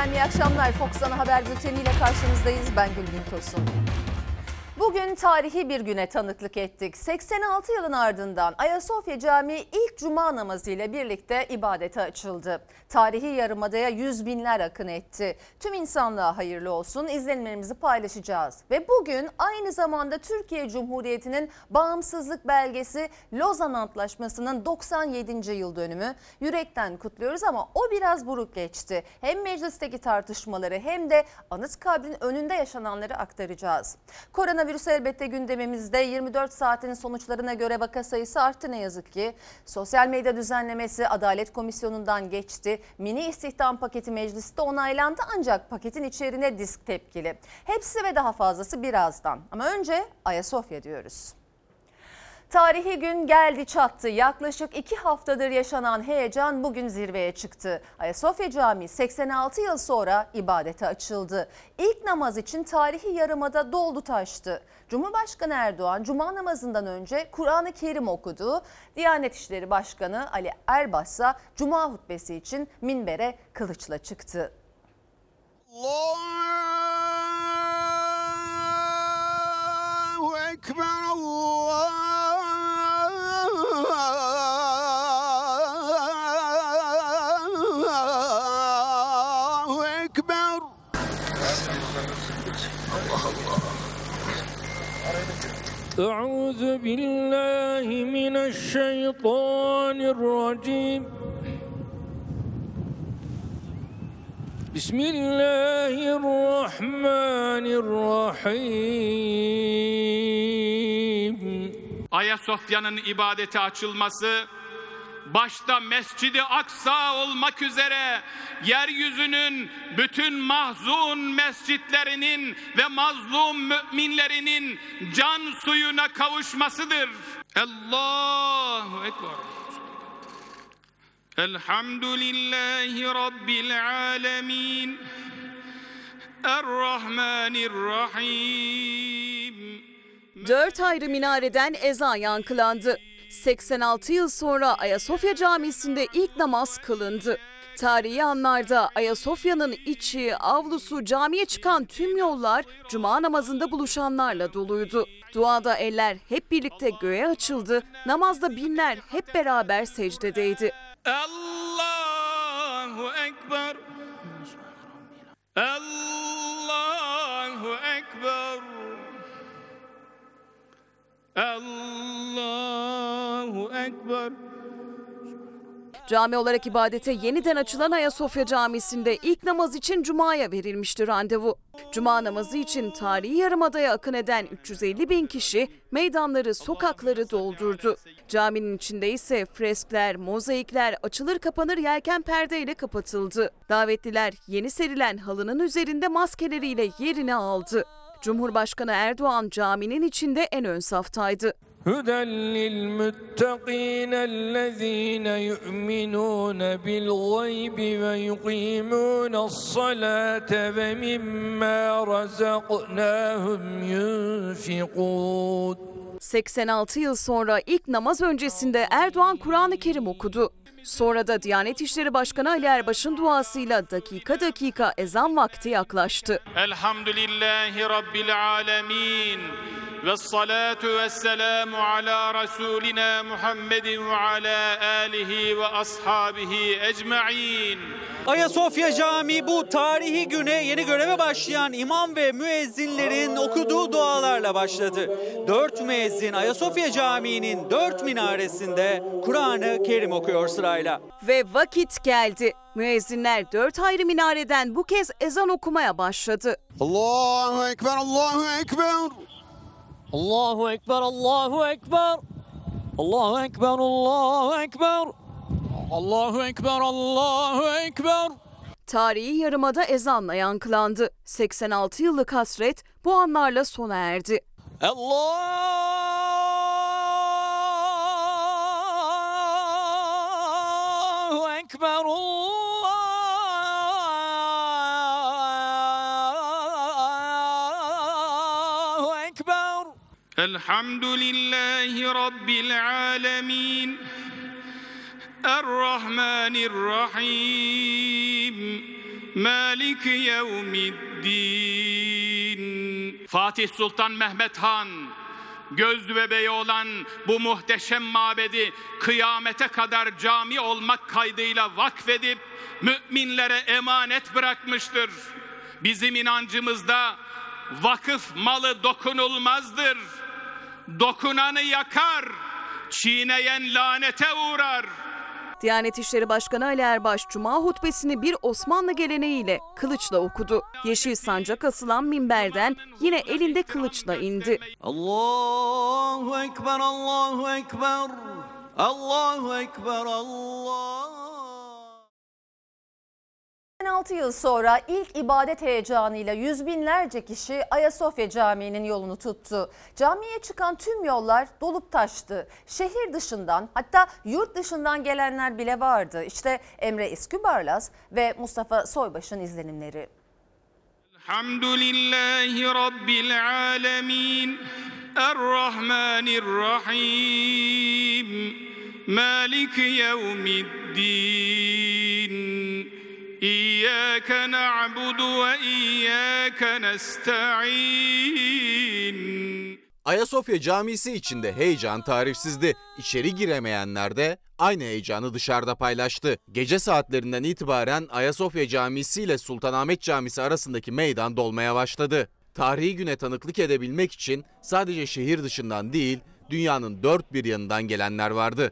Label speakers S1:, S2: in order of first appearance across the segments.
S1: Efendim iyi akşamlar. Fox Ana Haber Bülteni ile karşınızdayız. Ben Gülbin Tosun. Bugün tarihi bir güne tanıklık ettik. 86 yılın ardından Ayasofya Camii ilk cuma namazı ile birlikte ibadete açıldı. Tarihi yarımadaya yüz binler akın etti. Tüm insanlığa hayırlı olsun. İzlenimlerimizi paylaşacağız. Ve bugün aynı zamanda Türkiye Cumhuriyeti'nin bağımsızlık belgesi Lozan Antlaşması'nın 97. yıl dönümü. Yürekten kutluyoruz ama o biraz buruk geçti. Hem meclisteki tartışmaları hem de Anıtkabir'in önünde yaşananları aktaracağız. Koronavirüs elbette gündemimizde. 24 saatin sonuçlarına göre vaka sayısı arttı ne yazık ki. Sosyal medya düzenlemesi Adalet Komisyonu'ndan geçti. Mini istihdam paketi mecliste onaylandı ancak paketin içeriğine disk tepkili. Hepsi ve daha fazlası birazdan. Ama önce Ayasofya diyoruz. Tarihi gün geldi çattı. Yaklaşık 2 haftadır yaşanan heyecan bugün zirveye çıktı. Ayasofya Camii 86 yıl sonra ibadete açıldı. İlk namaz için tarihi yarımada doldu taştı. Cumhurbaşkanı Erdoğan cuma namazından önce Kur'an-ı Kerim okudu. Diyanet İşleri Başkanı Ali Erbaş ise cuma hutbesi için minbere kılıçla çıktı.
S2: Allahu Ekber, Allahu Ekber.
S3: Euzu billahi mineşşeytanirracim. Bismillahirrahmanirrahim.
S4: Ayasofya'nın ibadete açılması, başta Mescid-i Aksa olmak üzere yeryüzünün bütün mahzun mescitlerinin ve mazlum müminlerinin can suyuna kavuşmasıdır. Allahu Ekber. Elhamdülillahi Rabbil alemin. Errahmanirrahim.
S5: 4 ayrı minareden ezan yankılandı. 86 yıl sonra Ayasofya Camisi'nde ilk namaz kılındı. Tarihi anlarda Ayasofya'nın içi, avlusu, camiye çıkan tüm yollar cuma namazında buluşanlarla doluydu. Duada eller hep birlikte göğe açıldı, namazda binler hep beraber secdedeydi.
S4: Allahu Ekber. Allahu Ekber. Allahu Ekber.
S5: Cami olarak ibadete yeniden açılan Ayasofya Camisi'nde ilk namaz için Cuma'ya verilmişti randevu. Cuma namazı için tarihi yarımadaya akın eden 350 bin kişi meydanları, sokakları doldurdu. Caminin içinde ise freskler, mozaikler açılır kapanır yelken perdeyle kapatıldı. Davetliler yeni serilen halının üzerinde maskeleriyle yerini aldı. Cumhurbaşkanı Erdoğan caminin içinde en ön saftaydı.
S3: Huden lil muttaqînellezîne yu'minûne bil gaybi ve yuqîmûne's-salâte ve mimmâ razaqnâhum yunfikûn.
S5: 86 yıl sonra ilk namaz öncesinde Erdoğan Kur'an-ı Kerim okudu. Sonra da Diyanet İşleri Başkanı Ali Erbaş'ın duasıyla dakika dakika ezan vakti yaklaştı.
S4: Elhamdülillahi Rabbil alemin. Vessalatu vesselamu ala Resulina Muhammedin ve ala alihi ve ashabihi ecma'in.
S6: Ayasofya Camii bu tarihi güne yeni göreve başlayan imam ve müezzinlerin okuduğu dualarla başladı. 4 müezzin Ayasofya Camii'nin 4 minaresinde Kur'an-ı Kerim okuyor sırayla.
S5: Ve vakit geldi. Müezzinler 4 ayrı minareden bu kez ezan okumaya başladı.
S2: Allahu Ekber, Allahu Ekber.
S3: Allahu Ekber, Allahu Ekber. Allahu Ekber, Allahu Ekber. Allahu Ekber, Allahu Ekber.
S5: Tarihi yarımada ezanla yankılandı. 86 yıllık hasret bu anlarla sona erdi.
S3: Allahu Ekber, Allahu Ekber.
S4: Elhamdülillahi Rabbil alemin. Errahmanirrahim. مالك يوم الدين. Fatih Sultan Mehmet Han göz bebeği olan bu muhteşem mabedi kıyamete kadar cami olmak kaydıyla vakfedip müminlere emanet bırakmıştır. Bizim inancımızda vakıf malı dokunulmazdır. Dokunanı yakar, çiğneyen lanete uğrar.
S5: Diyanet İşleri Başkanı Ali Erbaş Cuma hutbesini bir Osmanlı geleneğiyle kılıçla okudu. Yeşil sancak asılan minberden yine elinde kılıçla indi.
S2: Allahu Ekber, Allahu Ekber, Allahu Ekber, Allah.
S1: 6 yıl sonra ilk ibadet heyecanıyla yüz binlerce kişi Ayasofya Camii'nin yolunu tuttu. Camiye çıkan tüm yollar dolup taştı. Şehir dışından, hatta yurt dışından gelenler bile vardı. İşte Emre İskübarlaz ve Mustafa Soybaş'ın izlenimleri.
S4: Elhamdülillahi Rabbil alemin. Errahmanirrahim. Maliki yevmiddin. İyyâke na'budu ve iyyâke nesta'in.
S7: Ayasofya Camisi içinde heyecan tarifsizdi. İçeri giremeyenler de aynı heyecanı dışarıda paylaştı. Gece saatlerinden itibaren Ayasofya Camisi ile Sultanahmet Camisi arasındaki meydan dolmaya başladı. Tarihi güne tanıklık edebilmek için sadece şehir dışından değil, dünyanın dört bir yanından gelenler vardı.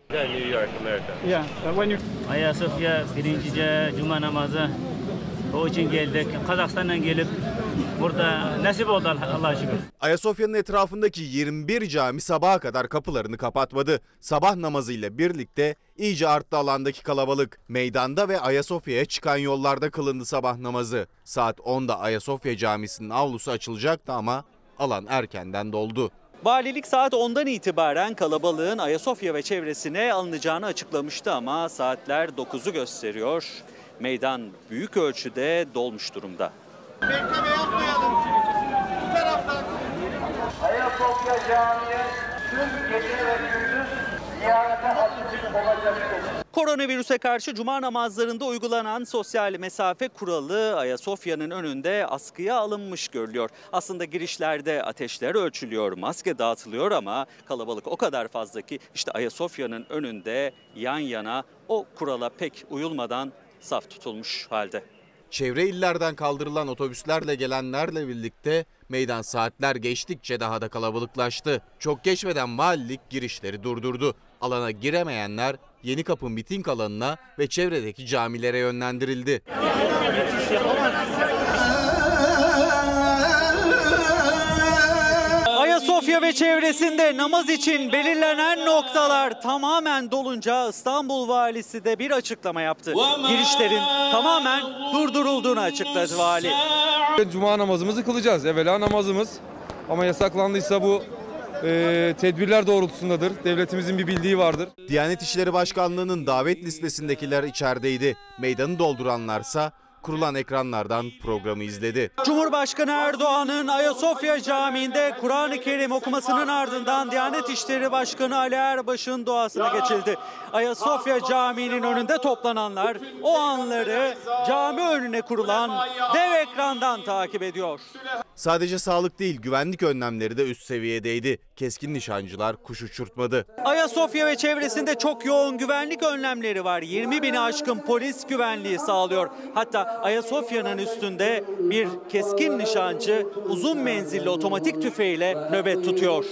S8: Ayasofya birinci Cuma namazı o için geldik. Kazakistan'dan gelip burada nasip oldu Allah'a şükür.
S7: Ayasofya'nın etrafındaki 21 cami sabaha kadar kapılarını kapatmadı. Sabah namazıyla birlikte iyice arttı alandaki kalabalık. Meydanda ve Ayasofya'ya çıkan yollarda kılındı sabah namazı. Saat 10'da Ayasofya Camisi'nin avlusu açılacaktı ama alan erkenden doldu.
S6: Valilik saat 10'dan itibaren kalabalığın Ayasofya ve çevresine alınacağını açıklamıştı ama saatler 9'u gösteriyor. Meydan büyük ölçüde dolmuş durumda.
S2: Bekleme yapmayalım. Bu taraftan.
S9: Ayasofya Camii'ye tüm gece ve gündüz ziyarete açık olacaktır.
S6: Koronavirüse karşı cuma namazlarında uygulanan sosyal mesafe kuralı Ayasofya'nın önünde askıya alınmış görülüyor. Aslında girişlerde ateşler ölçülüyor, maske dağıtılıyor ama kalabalık o kadar fazla ki işte Ayasofya'nın önünde yan yana o kurala pek uyulmadan saf tutulmuş halde.
S7: Çevre illerden kaldırılan otobüslerle gelenlerle birlikte meydan saatler geçtikçe daha da kalabalıklaştı. Çok geçmeden valilik girişleri durdurdu. Alana giremeyenler Yenikapı miting alanına ve çevredeki camilere yönlendirildi.
S6: Ayasofya ve çevresinde namaz için belirlenen noktalar tamamen dolunca İstanbul Valisi de bir açıklama yaptı. Girişlerin tamamen durdurulduğunu açıkladı vali.
S10: Cuma namazımızı kılacağız. Evvela namazımız ama yasaklandıysa bu tedbirler doğrultusundadır. Devletimizin bir bildiği vardır.
S7: Diyanet İşleri Başkanlığı'nın davet listesindekiler içerideydi. Meydanı dolduranlarsa kurulan ekranlardan programı izledi.
S6: Cumhurbaşkanı Erdoğan'ın Ayasofya Camii'nde Kur'an-ı Kerim okumasının ardından Diyanet İşleri Başkanı Ali Erbaş'ın duasına geçildi. Ayasofya Camii'nin önünde toplananlar o anları cami önüne kurulan dev ekrandan takip ediyor.
S7: Sadece sağlık değil, güvenlik önlemleri de üst seviyedeydi. Keskin nişancılar kuş uçurtmadı.
S6: Ayasofya ve çevresinde çok yoğun güvenlik önlemleri var. 20 bini aşkın polis güvenliği sağlıyor. Hatta Ayasofya'nın üstünde bir keskin nişancı uzun menzilli otomatik tüfeğiyle nöbet tutuyor.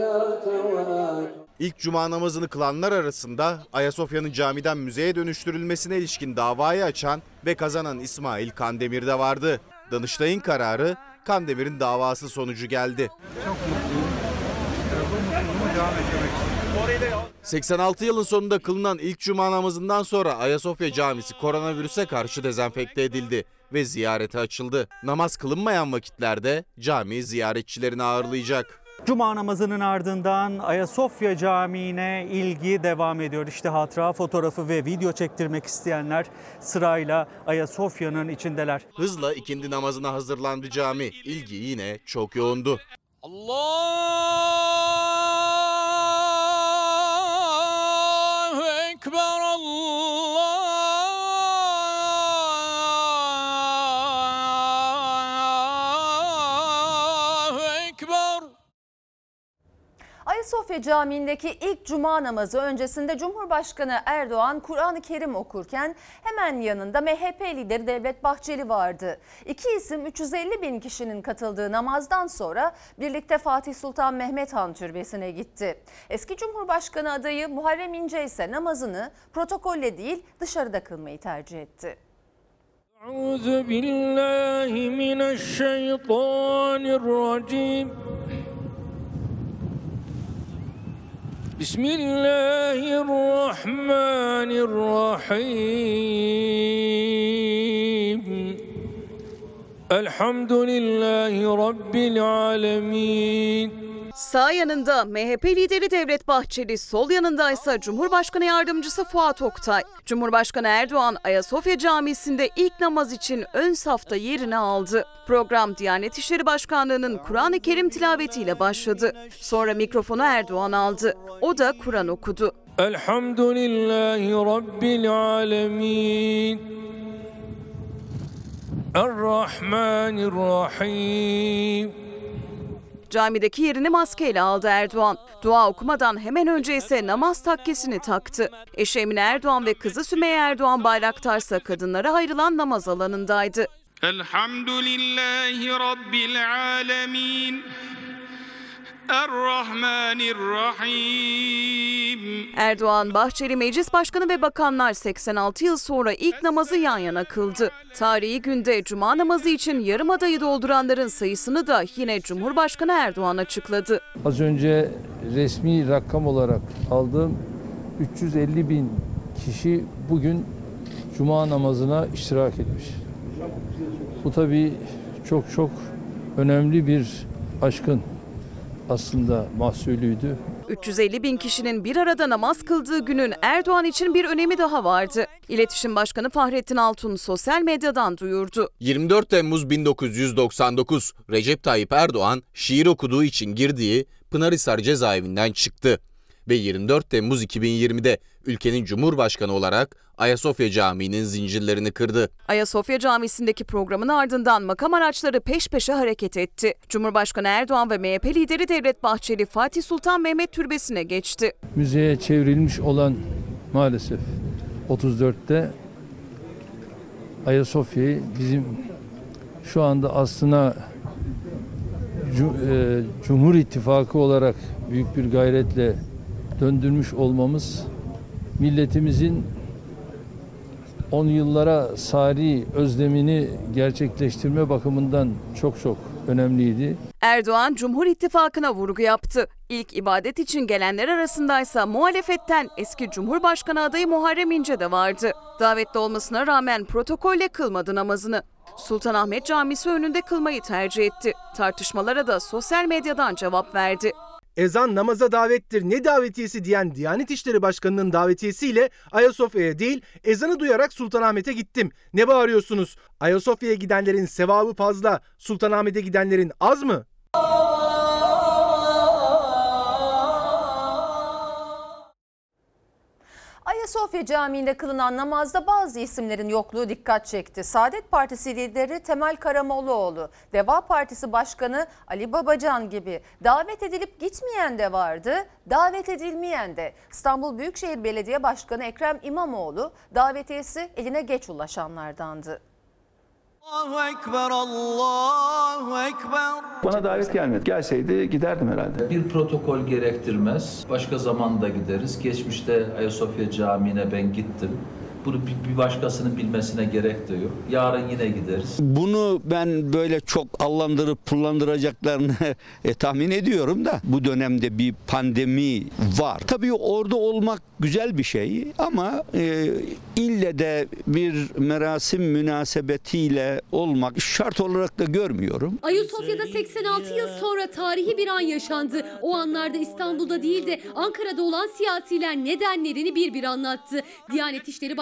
S7: İlk cuma namazını kılanlar arasında Ayasofya'nın camiden müzeye dönüştürülmesine ilişkin davayı açan ve kazanan İsmail Kandemir de vardı. Danıştay'ın kararı Kandemir'in davası sonucu geldi.
S10: Çok mutluyum. Bu mutluluğumu devam ettirmek istiyorum.
S7: 86 yılın sonunda kılınan ilk cuma namazından sonra Ayasofya Camisi koronavirüse karşı dezenfekte edildi ve ziyarete açıldı. Namaz kılınmayan vakitlerde cami ziyaretçilerini ağırlayacak.
S6: Cuma namazının ardından Ayasofya Camii'ne ilgi devam ediyor. İşte hatıra fotoğrafı ve video çektirmek isteyenler sırayla Ayasofya'nın içindeler.
S7: Hızla ikindi namazına hazırlandı cami. İlgi yine çok yoğundu.
S3: Allahu Ekber, Allahu
S1: Ayasofya Camii'ndeki ilk cuma namazı öncesinde Cumhurbaşkanı Erdoğan Kur'an-ı Kerim okurken hemen yanında MHP lideri Devlet Bahçeli vardı. İki isim 350 bin kişinin katıldığı namazdan sonra birlikte Fatih Sultan Mehmet Han Türbesi'ne gitti. Eski Cumhurbaşkanı adayı Muharrem İnce ise namazını protokolle değil dışarıda kılmayı tercih etti.
S3: Euzu billahi mineşşeytanirracim. Bismillahirrahmanirrahim. Elhamdülillahi Rabbil alemin.
S5: Sağ yanında MHP lideri Devlet Bahçeli, sol yanındaysa Cumhurbaşkanı Yardımcısı Fuat Oktay. Cumhurbaşkanı Erdoğan Ayasofya Camisi'nde ilk namaz için ön safta yerini aldı. Program Diyanet İşleri Başkanlığı'nın Kur'an-ı Kerim tilavetiyle başladı. Sonra mikrofonu Erdoğan aldı. O da Kur'an okudu.
S3: Elhamdülillahi Rabbil alemin. Errahmanirrahim.
S5: Camideki yerini maskeyle aldı Erdoğan. Dua okumadan hemen önce ise namaz takkesini taktı. Eşi Emine Erdoğan ve kızı Sümeyye Erdoğan Bayraktarsa kadınlara ayrılan namaz alanındaydı.
S4: Elhamdülillahi Rabbil alemin. Errahmanirrahim.
S5: Erdoğan, Bahçeli, Meclis Başkanı ve bakanlar 86 yıl sonra ilk namazı yan yana kıldı. Tarihi günde cuma namazı için yarım adayı dolduranların sayısını da yine Cumhurbaşkanı Erdoğan açıkladı.
S11: Az önce resmi rakam olarak aldığım 350 bin kişi bugün cuma namazına iştirak etmiş. Bu tabii çok önemli bir aşkın aslında mahsulüydü.
S5: 350 bin kişinin bir arada namaz kıldığı günün Erdoğan için bir önemi daha vardı. İletişim Başkanı Fahrettin Altun sosyal medyadan duyurdu.
S7: 24 Temmuz 1999 Recep Tayyip Erdoğan şiir okuduğu için girdiği Pınarhisar cezaevinden çıktı ve 24 Temmuz 2020'de ülkenin Cumhurbaşkanı olarak Ayasofya Camii'nin zincirlerini kırdı.
S5: Ayasofya Camisi'ndeki programın ardından makam araçları peş peşe hareket etti. Cumhurbaşkanı Erdoğan ve MHP lideri Devlet Bahçeli Fatih Sultan Mehmet Türbesi'ne geçti.
S11: Müzeye çevrilmiş olan maalesef 34'te Ayasofya'yı bizim şu anda aslına Cumhur İttifakı olarak büyük bir gayretle döndürmüş olmamız milletimizin 10 yıllara sari özlemini gerçekleştirme bakımından çok önemliydi.
S5: Erdoğan Cumhur İttifakı'na vurgu yaptı. İlk ibadet için gelenler arasındaysa muhalefetten eski Cumhurbaşkanı adayı Muharrem İnce de vardı. Davetli olmasına rağmen protokolle kılmadı namazını. Sultanahmet Camisi önünde kılmayı tercih etti. Tartışmalara da sosyal medyadan cevap verdi.
S12: Ezan namaza davettir, ne davetiyesi diyen Diyanet İşleri Başkanı'nın davetiyesiyle Ayasofya'ya değil, ezanı duyarak Sultanahmet'e gittim. Ne bağırıyorsunuz? Ayasofya'ya gidenlerin sevabı fazla, Sultanahmet'e gidenlerin az mı?
S1: Ayasofya Camii'nde kılınan namazda bazı isimlerin yokluğu dikkat çekti. Saadet Partisi lideri Temel Karamollaoğlu, Deva Partisi Başkanı Ali Babacan gibi davet edilip gitmeyen de vardı, davet edilmeyen de. İstanbul Büyükşehir Belediye Başkanı Ekrem İmamoğlu davetiyesi eline geç ulaşanlardandı.
S2: Allahu Ekber, Allahu Ekber.
S13: Bana davet gelmedi. Gelseydi giderdim herhalde.
S14: Bir protokol gerektirmez. Başka zamanda gideriz. Geçmişte Ayasofya Camii'ne ben gittim. Bunu bir başkasının bilmesine gerek de yok. Yarın yine gideriz.
S15: Bunu ben böyle çok allandırıp pullandıracaklarını tahmin ediyorum da bu dönemde bir pandemi var. Tabii orada olmak güzel bir şey ama ille de bir merasim münasebetiyle olmak şart olarak da görmüyorum.
S16: Ayasofya'da 86 yıl sonra tarihi bir an yaşandı. O anlarda İstanbul'da değil de Ankara'da olan siyasiler nedenlerini bir anlattı. Diyanet İşleri Başkanı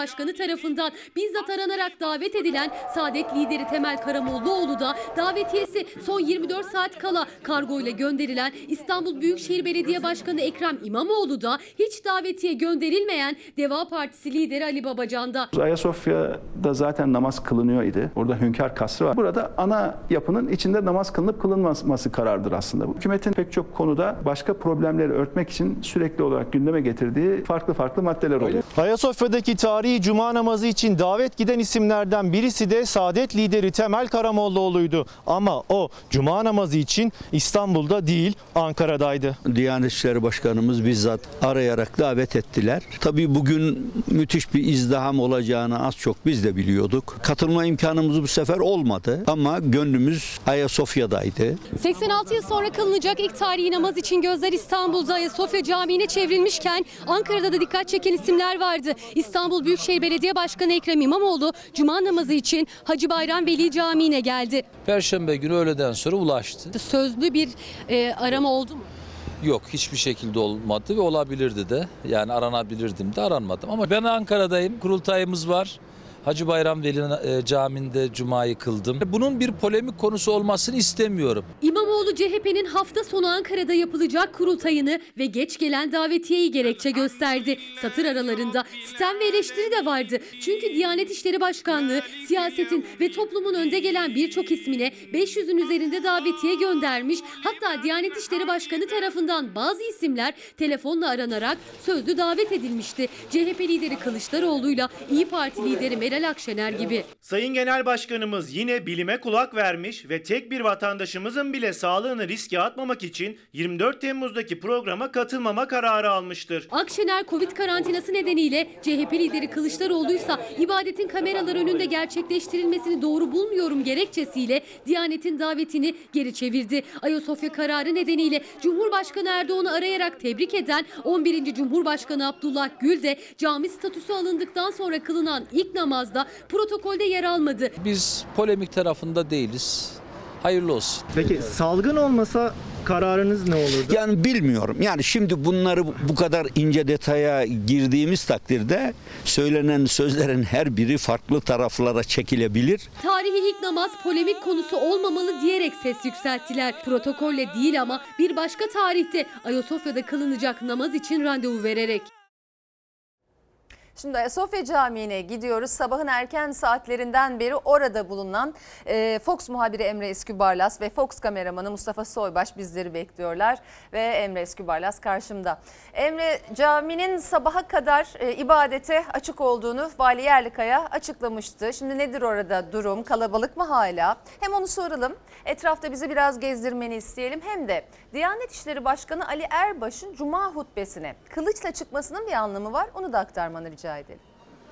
S16: Başkanı tarafından bizzat aranarak davet edilen Saadet lideri Temel Karamollaoğlu da davetiyesi son 24 saat kala kargoyla gönderilen İstanbul Büyükşehir Belediye Başkanı Ekrem İmamoğlu da hiç davetiye gönderilmeyen Deva Partisi lideri Ali Babacan'da.
S13: Ayasofya'da zaten namaz kılınıyor idi. Orada Hünkâr Kasrı var. Burada ana yapının içinde namaz kılınıp kılınmaması kararıdır aslında. Hükümetin pek çok konuda başka problemleri örtmek için sürekli olarak gündeme getirdiği farklı maddeler oluyor.
S17: Ayasofya'daki tarihi cuma namazı için davet giden isimlerden birisi de Saadet lideri Temel Karamollaoğlu'ydu. Ama o cuma namazı için İstanbul'da değil Ankara'daydı.
S15: Diyanet İşleri Başkanımız bizzat arayarak davet ettiler. Tabii bugün müthiş bir izdiham olacağını az çok biz de biliyorduk. Katılma imkanımız bu sefer olmadı ama gönlümüz Ayasofya'daydı.
S16: 86 yıl sonra kılınacak ilk tarihi namaz için gözler İstanbul'da Ayasofya Camii'ne çevrilmişken Ankara'da da dikkat çeken isimler vardı. İstanbul Büyükşehir Belediye Başkanı Ekrem İmamoğlu cuma namazı için Hacı Bayram Veli Camii'ne geldi.
S14: Perşembe günü öğleden sonra ulaştı.
S16: Sözlü bir arama oldu mu?
S14: Yok, hiçbir şekilde olmadı ve olabilirdi de. Yani aranabilirdim de aranmadım. Ama ben Ankara'dayım. Kurultayımız var. Hacı Bayram Veli Camii'nde Cuma'yı kıldım. Bunun bir polemik konusu olmasını istemiyorum.
S16: İmamoğlu CHP'nin hafta sonu Ankara'da yapılacak kurultayını ve geç gelen davetiyeyi gerekçe gösterdi. Satır aralarında sitem ve eleştiri de vardı. Çünkü Diyanet İşleri Başkanlığı siyasetin ve toplumun önde gelen birçok ismine 500'ün üzerinde davetiye göndermiş. Hatta Diyanet İşleri Başkanı tarafından bazı isimler telefonla aranarak sözlü davet edilmişti. CHP lideri Kılıçdaroğlu'yla İYİ Parti lideri Meral Akşener gibi.
S18: Sayın Genel Başkanımız yine bilime kulak vermiş ve tek bir vatandaşımızın bile sağlığını riske atmamak için 24 Temmuz'daki programa katılmama kararı almıştır.
S16: Akşener Covid karantinası nedeniyle CHP lideri Kılıçdaroğlu'ysa ibadetin kameralar önünde gerçekleştirilmesini doğru bulmuyorum gerekçesiyle Diyanet'in davetini geri çevirdi. Ayasofya kararı nedeniyle Cumhurbaşkanı Erdoğan'ı arayarak tebrik eden 11. Cumhurbaşkanı Abdullah Gül de cami statüsü alındıktan sonra kılınan ilk namazda protokolde yer almadı.
S14: Biz polemik tarafında değiliz. Hayırlı olsun.
S17: Peki salgın olmasa kararınız ne olurdu?
S15: Yani bilmiyorum. Yani şimdi bunları bu kadar ince detaya girdiğimiz takdirde söylenen sözlerin her biri farklı taraflara çekilebilir.
S16: Tarihi ilk namaz polemik konusu olmamalı diyerek ses yükselttiler. Protokolle değil ama bir başka tarihte Ayasofya'da kılınacak namaz için randevu vererek.
S1: Şimdi Ayasofya Camii'ne gidiyoruz. Sabahın erken saatlerinden beri orada bulunan Fox muhabiri Emre Eskübarlas ve Fox kameramanı Mustafa Soybaş bizleri bekliyorlar. Ve Emre Eskübarlas karşımda. Emre, caminin sabaha kadar ibadete açık olduğunu Vali Yerlikaya açıklamıştı. Şimdi nedir orada durum? Kalabalık mı hala? Hem onu soralım. Etrafta bizi biraz gezdirmeni isteyelim. Hem de Diyanet İşleri Başkanı Ali Erbaş'ın Cuma hutbesine kılıçla çıkmasının bir anlamı var. Onu da aktarmanı rica edelim.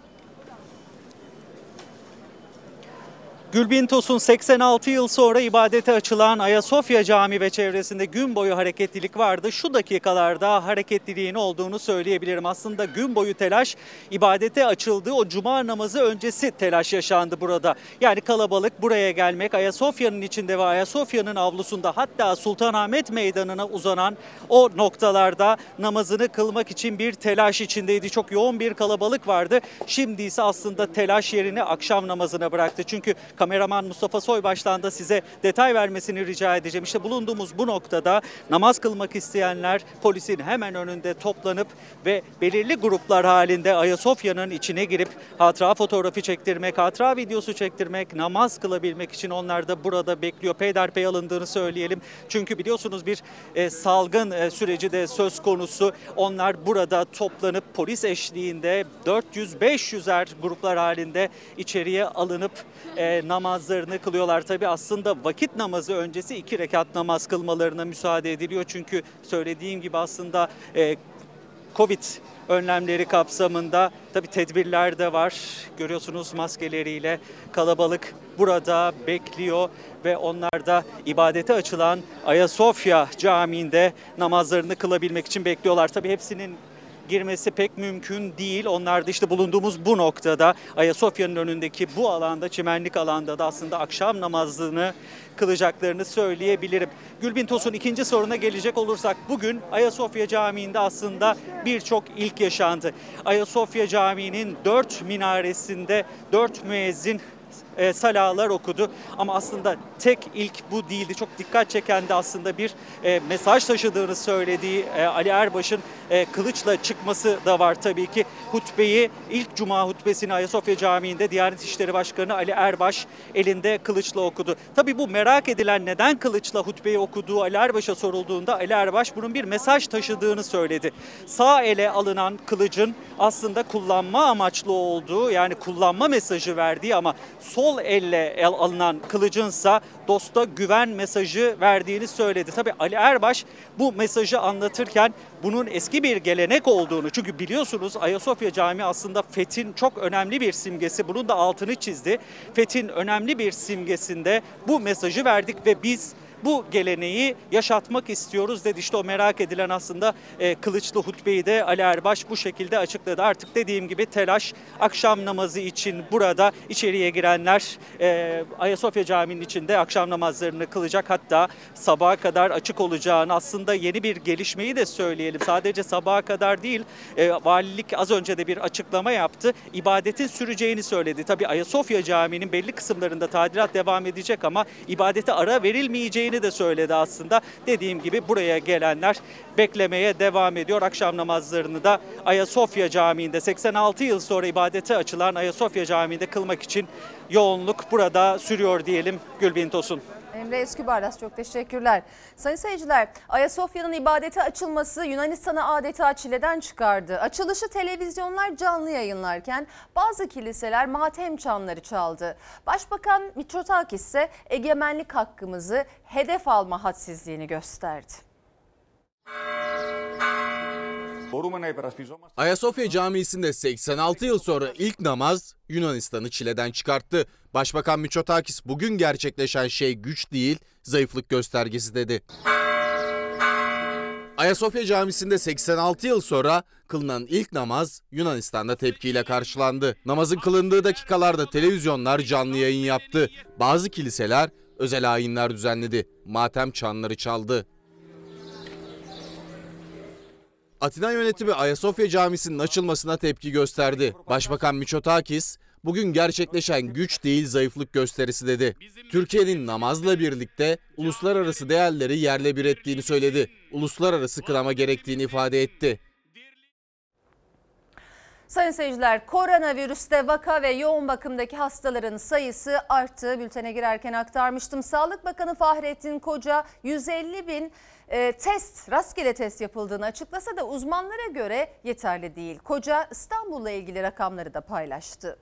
S6: Gülbin Tosun 86 yıl sonra ibadete açılan Ayasofya Camii ve çevresinde gün boyu hareketlilik vardı. Şu dakikalarda hareketliliğin olduğunu söyleyebilirim. Aslında gün boyu telaş, ibadete açıldığı o cuma namazı öncesi telaş yaşandı burada. Yani kalabalık buraya gelmek, Ayasofya'nın içinde ve Ayasofya'nın avlusunda, hatta Sultanahmet Meydanı'na uzanan o noktalarda namazını kılmak için bir telaş içindeydi. Çok yoğun bir kalabalık vardı. Şimdi ise aslında telaş yerini akşam namazına bıraktı. Çünkü kameraman Mustafa Soybaş'tan da size detay vermesini rica edeceğim. İşte bulunduğumuz bu noktada namaz kılmak isteyenler polisin hemen önünde toplanıp ve belirli gruplar halinde Ayasofya'nın içine girip hatıra fotoğrafı çektirmek, hatıra videosu çektirmek, namaz kılabilmek için onlar da burada bekliyor. Peyderpey alındığını söyleyelim. Çünkü biliyorsunuz bir salgın süreci de söz konusu. Onlar burada toplanıp polis eşliğinde 400-500'er gruplar halinde içeriye alınıp namazlarını kılıyorlar. Tabii aslında vakit namazı öncesi 2 rekat namaz kılmalarına müsaade ediliyor. Çünkü söylediğim gibi aslında Covid önlemleri kapsamında tabii tedbirler de var. Görüyorsunuz maskeleriyle kalabalık burada bekliyor ve onlar da ibadete açılan Ayasofya Camii'nde namazlarını kılabilmek için bekliyorlar. Tabii hepsinin girmesi pek mümkün değil. Onlar da işte bulunduğumuz bu noktada Ayasofya'nın önündeki bu alanda, çimenlik alanda da aslında akşam namazını kılacaklarını söyleyebilirim. Gülbin Tosun, ikinci soruna gelecek olursak bugün Ayasofya Camii'nde aslında birçok ilk yaşandı. Ayasofya Camii'nin 4 minaresinde 4 müezzin salalar okudu ama aslında tek ilk bu değildi. Çok dikkat çeken de aslında bir mesaj taşıdığını söylediği Ali Erbaş'ın kılıçla çıkması da var tabii ki. Hutbeyi, ilk cuma hutbesini Ayasofya Camii'nde Diyanet İşleri Başkanı Ali Erbaş elinde kılıçla okudu. Tabii bu merak edilen neden kılıçla hutbeyi okuduğu Ali Erbaş'a sorulduğunda Ali Erbaş bunun bir mesaj taşıdığını söyledi. Sağ ele alınan kılıcın aslında kullanma amaçlı olduğu, yani kullanma mesajı verdiği ama sol elle alınan kılıcınsa dosta güven mesajı verdiğini söyledi. Tabii Ali Erbaş bu mesajı anlatırken bunun eski bir gelenek olduğunu, çünkü biliyorsunuz Ayasofya Camii aslında fethin çok önemli bir simgesi. Bunun da altını çizdi. Fethin önemli bir simgesinde bu mesajı verdik ve biz bu geleneği yaşatmak istiyoruz dedi. İşte o merak edilen aslında kılıçlı hutbeyi de Ali Erbaş bu şekilde açıkladı. Artık dediğim gibi telaş, akşam namazı için burada içeriye girenler Ayasofya Camii'nin içinde akşam namazlarını kılacak. Hatta sabaha kadar açık olacağını, aslında yeni bir gelişmeyi de söyleyelim. Sadece sabaha kadar değil, valilik az önce de bir açıklama yaptı. İbadetin süreceğini söyledi. Tabii Ayasofya Camii'nin belli kısımlarında tadilat devam edecek ama ibadete ara verilmeyeceğini de söyledi aslında. Dediğim gibi buraya gelenler beklemeye devam ediyor. Akşam namazlarını da Ayasofya Camii'nde 86 yıl sonra ibadete açılan Ayasofya Camii'nde kılmak için yoğunluk burada sürüyor diyelim Gülbin Tosun.
S1: Emre Eskübarlas, çok teşekkürler. Sayın seyirciler, Ayasofya'nın ibadete açılması Yunanistan'ı adeta çileden çıkardı. Açılışı televizyonlar canlı yayınlarken bazı kiliseler matem çanları çaldı. Başbakan Mitsotakis ise egemenlik hakkımızı hedef alma hadsizliğini gösterdi.
S7: Ayasofya Camii'sinde 86 yıl sonra ilk namaz Yunanistan'ı çileden çıkarttı. Başbakan Mitsotakis bugün gerçekleşen şey güç değil, zayıflık göstergesi dedi. Ayasofya Camisi'nde 86 yıl sonra kılınan ilk namaz Yunanistan'da tepkiyle karşılandı. Namazın kılındığı dakikalarda televizyonlar canlı yayın yaptı. Bazı kiliseler özel ayinler düzenledi. Matem çanları çaldı. Atina yönetimi Ayasofya Camisi'nin açılmasına tepki gösterdi. Başbakan Mitsotakis, bugün gerçekleşen güç değil zayıflık gösterisi dedi. Türkiye'nin namazla birlikte uluslararası değerleri yerle bir ettiğini söyledi. Uluslararası kınama gerektiğini ifade etti.
S1: Sayın seyirciler, koronavirüste vaka ve yoğun bakımdaki hastaların sayısı arttı. Bültene girerken aktarmıştım. Sağlık Bakanı Fahrettin Koca 150 bin rastgele test yapıldığını açıklasa da uzmanlara göre yeterli değil. Koca İstanbul'la ilgili rakamları da paylaştı.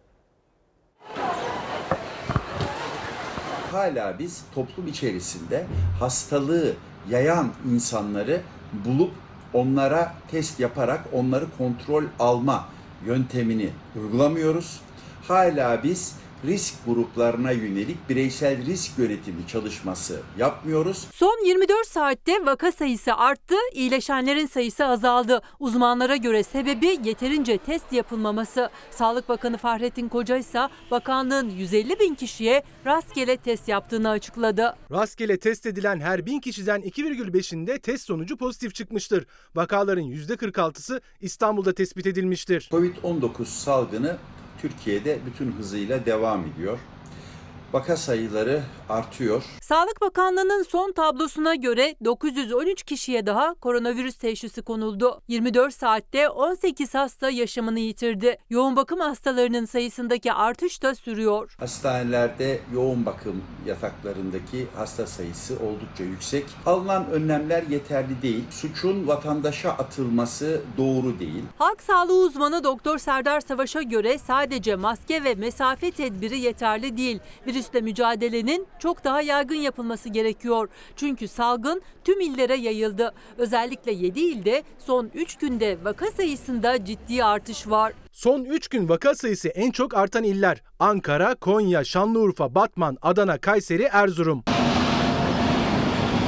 S19: Hala biz toplum içerisinde hastalığı yayan insanları bulup onlara test yaparak onları kontrol alma yöntemini uygulamıyoruz. Hala biz risk gruplarına yönelik bireysel risk yönetimi çalışması yapmıyoruz.
S20: Son 24 saatte vaka sayısı arttı, iyileşenlerin sayısı azaldı. Uzmanlara göre sebebi yeterince test yapılmaması. Sağlık Bakanı Fahrettin Koca ise bakanlığın 150 bin kişiye rastgele test yaptığını açıkladı.
S12: Rastgele test edilen her 1000 kişiden 2,5'inde test sonucu pozitif çıkmıştır. Vakaların %46'sı İstanbul'da tespit edilmiştir.
S19: Covid-19 salgını Türkiye'de bütün hızıyla devam ediyor. Vaka sayıları artıyor.
S20: Sağlık Bakanlığı'nın son tablosuna göre 913 kişiye daha koronavirüs teşhisi konuldu. 24 saatte 18 hasta yaşamını yitirdi. Yoğun bakım hastalarının sayısındaki artış da sürüyor.
S19: Hastanelerde yoğun bakım yataklarındaki hasta sayısı oldukça yüksek. Alınan önlemler yeterli değil. Suçun vatandaşa atılması doğru değil.
S20: Halk sağlığı uzmanı Doktor Serdar Savaş'a göre sadece maske ve mesafe tedbiri yeterli değil. Virüsle mücadelenin çok daha yaygın yapılması gerekiyor. Çünkü salgın tüm illere yayıldı. Özellikle 7 ilde son 3 günde vaka sayısında ciddi artış var.
S12: Son 3 gün vaka sayısı en çok artan iller: Ankara, Konya, Şanlıurfa, Batman, Adana, Kayseri, Erzurum.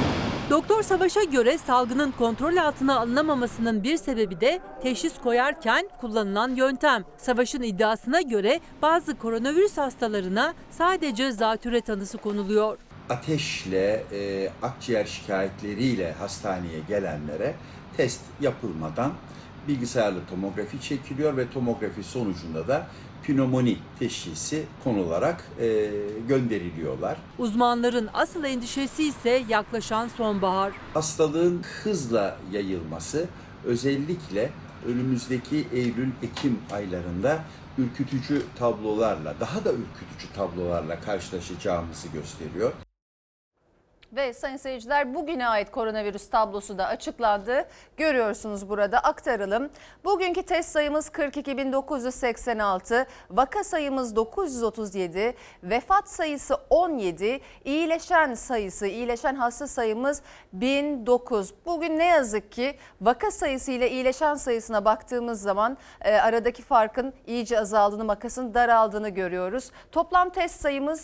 S20: Doktor Savaş'a göre salgının kontrol altına alınamamasının bir sebebi de teşhis koyarken kullanılan yöntem. Savaş'ın iddiasına göre bazı koronavirüs hastalarına sadece zatürre tanısı konuluyor.
S19: Ateşle, akciğer şikayetleriyle hastaneye gelenlere test yapılmadan bilgisayarlı tomografi çekiliyor ve tomografi sonucunda da pnömoni teşhisi konularak gönderiliyorlar.
S20: Uzmanların asıl endişesi ise yaklaşan sonbahar.
S19: Hastalığın hızla yayılması özellikle önümüzdeki Eylül-Ekim aylarında ürkütücü tablolarla, daha da ürkütücü tablolarla karşılaşacağımızı gösteriyor.
S1: Ve sayın seyirciler, bugüne ait koronavirüs tablosu da açıklandı. Görüyorsunuz burada, aktaralım. Bugünkü test sayımız 42.986, vaka sayımız 937, vefat sayısı 17, iyileşen hasta sayımız 1009. Bugün ne yazık ki vaka sayısı ile iyileşen sayısına baktığımız zaman aradaki farkın iyice azaldığını, makasın daraldığını görüyoruz. Toplam test sayımız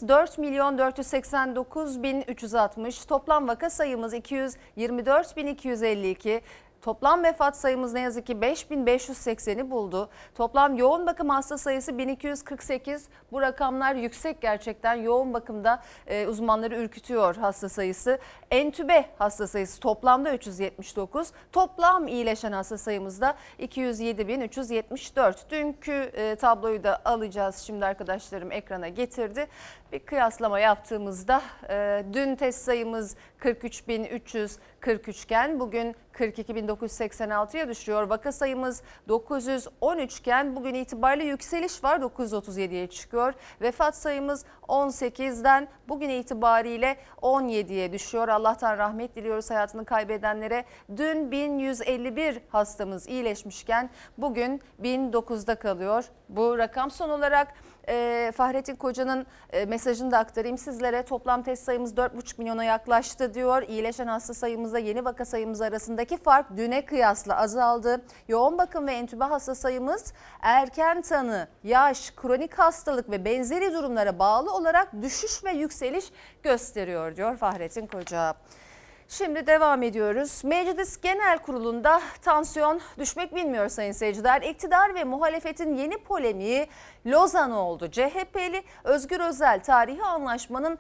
S1: 4.489.360. Toplam vaka sayımız 224.252. Toplam vefat sayımız ne yazık ki 5.580'i buldu. Toplam yoğun bakım hasta sayısı 1248. Bu rakamlar yüksek gerçekten. Yoğun bakımda uzmanları ürkütüyor hasta sayısı. Entübe hasta sayısı toplamda 379. Toplam iyileşen hasta sayımız da 207.374. Dünkü tabloyu da alacağız. Şimdi arkadaşlarım ekrana getirdi. Bir kıyaslama yaptığımızda dün test sayımız 43.343 iken bugün 42.986'ya düşüyor. Vaka sayımız 913 iken bugün itibariyle yükseliş var, 937'ye çıkıyor. Vefat sayımız 18'den bugün itibariyle 17'ye düşüyor. Allah'tan rahmet diliyoruz hayatını kaybedenlere. Dün 1151 hastamız iyileşmişken bugün 1009'da kalıyor. Bu rakam son olarak Fahrettin Koca'nın mesajını da aktarayım sizlere. Toplam test sayımız 4,5 milyona yaklaştı diyor. İyileşen hasta sayımızla yeni vaka sayımız arasındaki fark düne kıyasla azaldı. Yoğun bakım ve entübe hasta sayımız erken tanı, yaş, kronik hastalık ve benzeri durumlara bağlı olarak düşüş ve yükseliş gösteriyor diyor Fahrettin Koca. Şimdi devam ediyoruz. Meclis Genel Kurulu'nda tansiyon düşmek bilmiyor sayın seyirciler. İktidar ve muhalefetin yeni polemiği Lozan oldu. CHP'li Özgür Özel tarihi anlaşmanın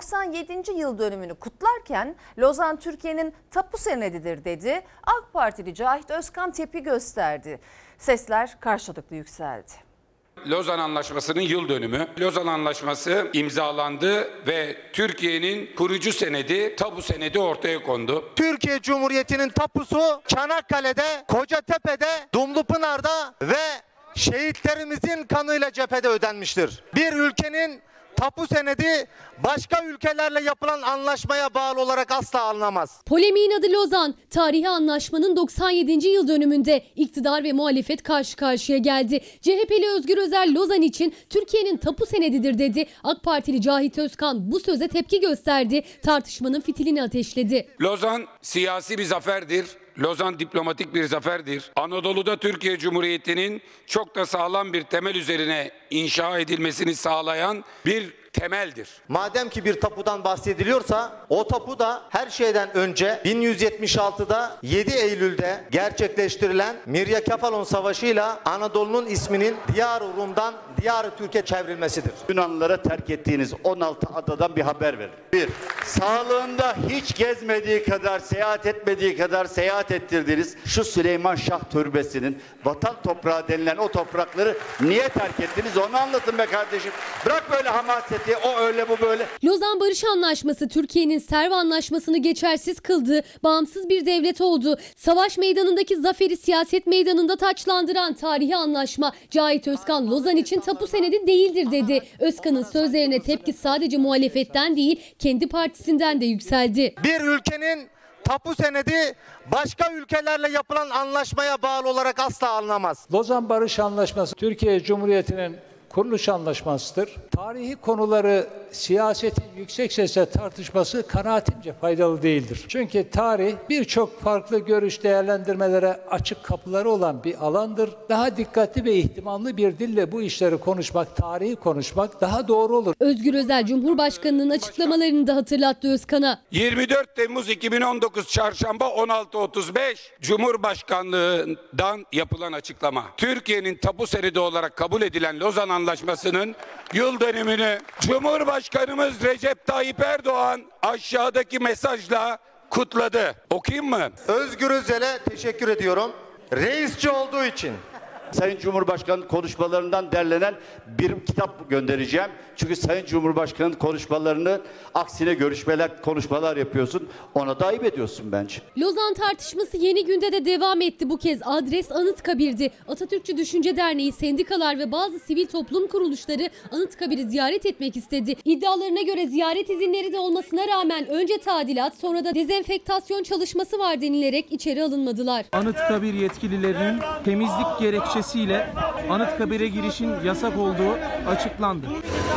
S1: 97. yıl dönümünü kutlarken Lozan Türkiye'nin tapu senedidir dedi. AK Partili Cahit Özkan tepki gösterdi. Sesler karşılıklı yükseldi.
S21: Lozan Anlaşması'nın yıl dönümü. Lozan Anlaşması imzalandı ve Türkiye'nin kurucu senedi, tapu senedi ortaya kondu.
S17: Türkiye Cumhuriyeti'nin tapusu Çanakkale'de, Kocatepe'de, Dumlupınar'da ve şehitlerimizin kanıyla cephede ödenmiştir. Bir ülkenin tapu senedi başka ülkelerle yapılan anlaşmaya bağlı olarak asla alınamaz.
S16: Polemiğin adı Lozan. Tarihi anlaşmanın 97. yıl dönümünde iktidar ve muhalefet karşı karşıya geldi. CHP'li Özgür Özel Lozan için Türkiye'nin tapu senedidir dedi. AK Partili Cahit Özkan bu söze tepki gösterdi. Tartışmanın fitilini ateşledi.
S21: Lozan siyasi bir zaferdir. Lozan diplomatik bir zaferdir. Anadolu'da Türkiye Cumhuriyeti'nin çok da sağlam bir temel üzerine inşa edilmesini sağlayan bir temeldir.
S17: Madem ki bir tapudan bahsediliyorsa o tapu da her şeyden önce 1176'da 7 Eylül'de gerçekleştirilen Miryakefalon Savaşı'yla Anadolu'nun isminin Diyar-ı Rum'dan Diyar-ı Türk'e çevrilmesidir.
S22: Yunanlılara terk ettiğiniz 16 adadan bir haber verin. 1. Sağlığında hiç gezmediği kadar, seyahat etmediği kadar seyahat ettirdiğiniz şu Süleyman Şah Türbesi'nin vatan toprağı denilen o toprakları niye terk ettiniz onu anlatın be kardeşim. Bırak böyle hamaseti, o öyle bu böyle.
S16: Lozan Barış Anlaşması Türkiye'nin Serv Anlaşması'nı geçersiz kıldı. Bağımsız bir devlet oldu. Savaş meydanındaki zaferi siyaset meydanında taçlandıran tarihi anlaşma. Cahit Özkan Lozan için tapu senedi değildir dedi. Özkan'ın sözlerine tepki sadece muhalefetten değil kendi partisinden de yükseldi.
S17: Bir ülkenin tapu senedi başka ülkelerle yapılan anlaşmaya bağlı olarak asla alınamaz.
S23: Lozan Barış Anlaşması Türkiye Cumhuriyeti'nin
S8: kuruluş anlaşmasıdır. Tarihi konuları siyasetin yüksek sesle tartışması kanaatimce faydalı değildir. Çünkü tarih birçok farklı görüş değerlendirmelere açık kapıları olan bir alandır. Daha dikkatli ve ihtimamlı bir dille bu işleri konuşmak, tarihi konuşmak daha doğru olur.
S16: Özgür Özel Cumhurbaşkanı'nın açıklamalarını da hatırlattı Özkan'a.
S21: 24 Temmuz 2019 Çarşamba 16.35 Cumhurbaşkanlığından yapılan açıklama. Türkiye'nin tapu senedi olarak kabul edilen Lozan Anlaşması'nın yıl dönümünü Cumhurbaşkanımız Recep Tayyip Erdoğan aşağıdaki mesajla kutladı. Okuyayım mı?
S17: Özgür Özel'e teşekkür ediyorum. Reisçi olduğu için.
S22: Sayın Cumhurbaşkanı konuşmalarından derlenen bir kitap göndereceğim. Çünkü Sayın Cumhurbaşkanı'nın konuşmalarını aksine konuşmalar yapıyorsun. Ona da ayıp ediyorsun bence.
S16: Lozan tartışması Yeni Günde de devam etti. Bu kez adres Anıtkabir'di. Atatürkçü Düşünce Derneği, sendikalar ve bazı sivil toplum kuruluşları Anıtkabir'i ziyaret etmek istedi. İddialarına göre ziyaret izinleri de olmasına rağmen önce tadilat sonra da dezenfektasyon çalışması var denilerek içeri alınmadılar.
S9: Anıtkabir yetkililerinin temizlik gerekçesiyle Anıtkabir'e girişin yasak olduğu açıklandı.